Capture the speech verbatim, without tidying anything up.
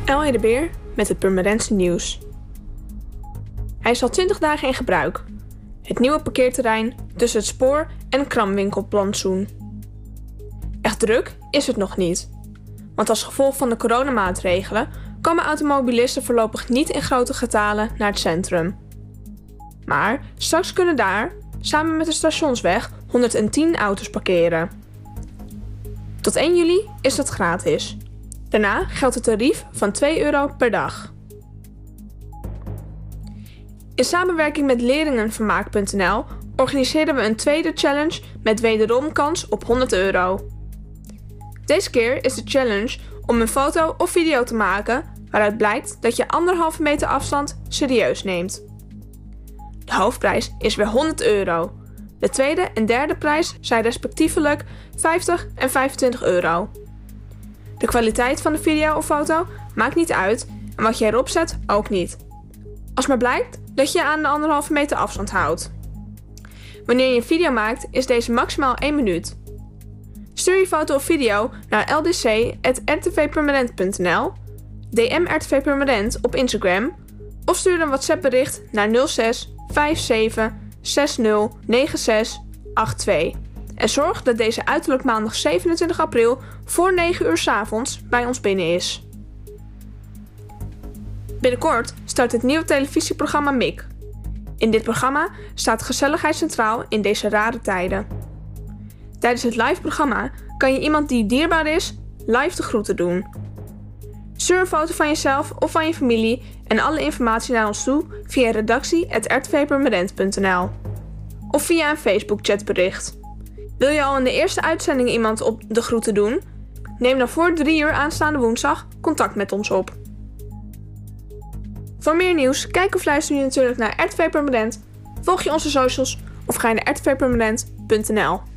Elje de Beer met het Purmerendse nieuws. Hij is al twintig dagen in gebruik. Het nieuwe parkeerterrein tussen het spoor en kramwinkelplantsoen. Echt druk is het nog niet. Want als gevolg van de coronamaatregelen komen automobilisten voorlopig niet in grote getalen naar het centrum. Maar straks kunnen daar, samen met de stationsweg, honderdtien auto's parkeren. Tot één juli is dat gratis. Daarna geldt het tarief van twee euro per dag. In samenwerking met leerlingenvermaak punt n l organiseren we een tweede challenge met wederom kans op honderd euro. Deze keer is de challenge om een foto of video te maken waaruit blijkt dat je anderhalve meter afstand serieus neemt. De hoofdprijs is weer honderd euro. De tweede en derde prijs zijn respectievelijk vijftig en vijfentwintig euro. De kwaliteit van de video of foto maakt niet uit en wat je erop zet ook niet. Als maar blijkt dat je je aan de anderhalve meter afstand houdt. Wanneer je een video maakt is deze maximaal één minuut. Stuur je foto of video naar l d c at r t v purmerend punt n l, D M R T V Purmerend op Instagram of stuur een WhatsApp bericht naar nul zes vijf zeven zes nul negen zes acht twee. En zorg dat deze uiterlijk maandag zevenentwintig april voor negen uur 's avonds bij ons binnen is. Binnenkort start het nieuwe televisieprogramma Mik. In dit programma staat gezelligheid centraal in deze rare tijden. Tijdens het live programma kan je iemand die dierbaar is live de groeten doen. Stuur een foto van jezelf of van je familie en alle informatie naar ons toe via redactie at r t v purmerend punt n l of via een Facebook chatbericht. Wil je al in de eerste uitzending iemand op de groeten doen? Neem dan voor drie uur aanstaande woensdag contact met ons op. Voor meer nieuws, kijk of luister je natuurlijk naar R T V Purmerend, volg je onze socials of ga je naar r t v purmerend punt n l.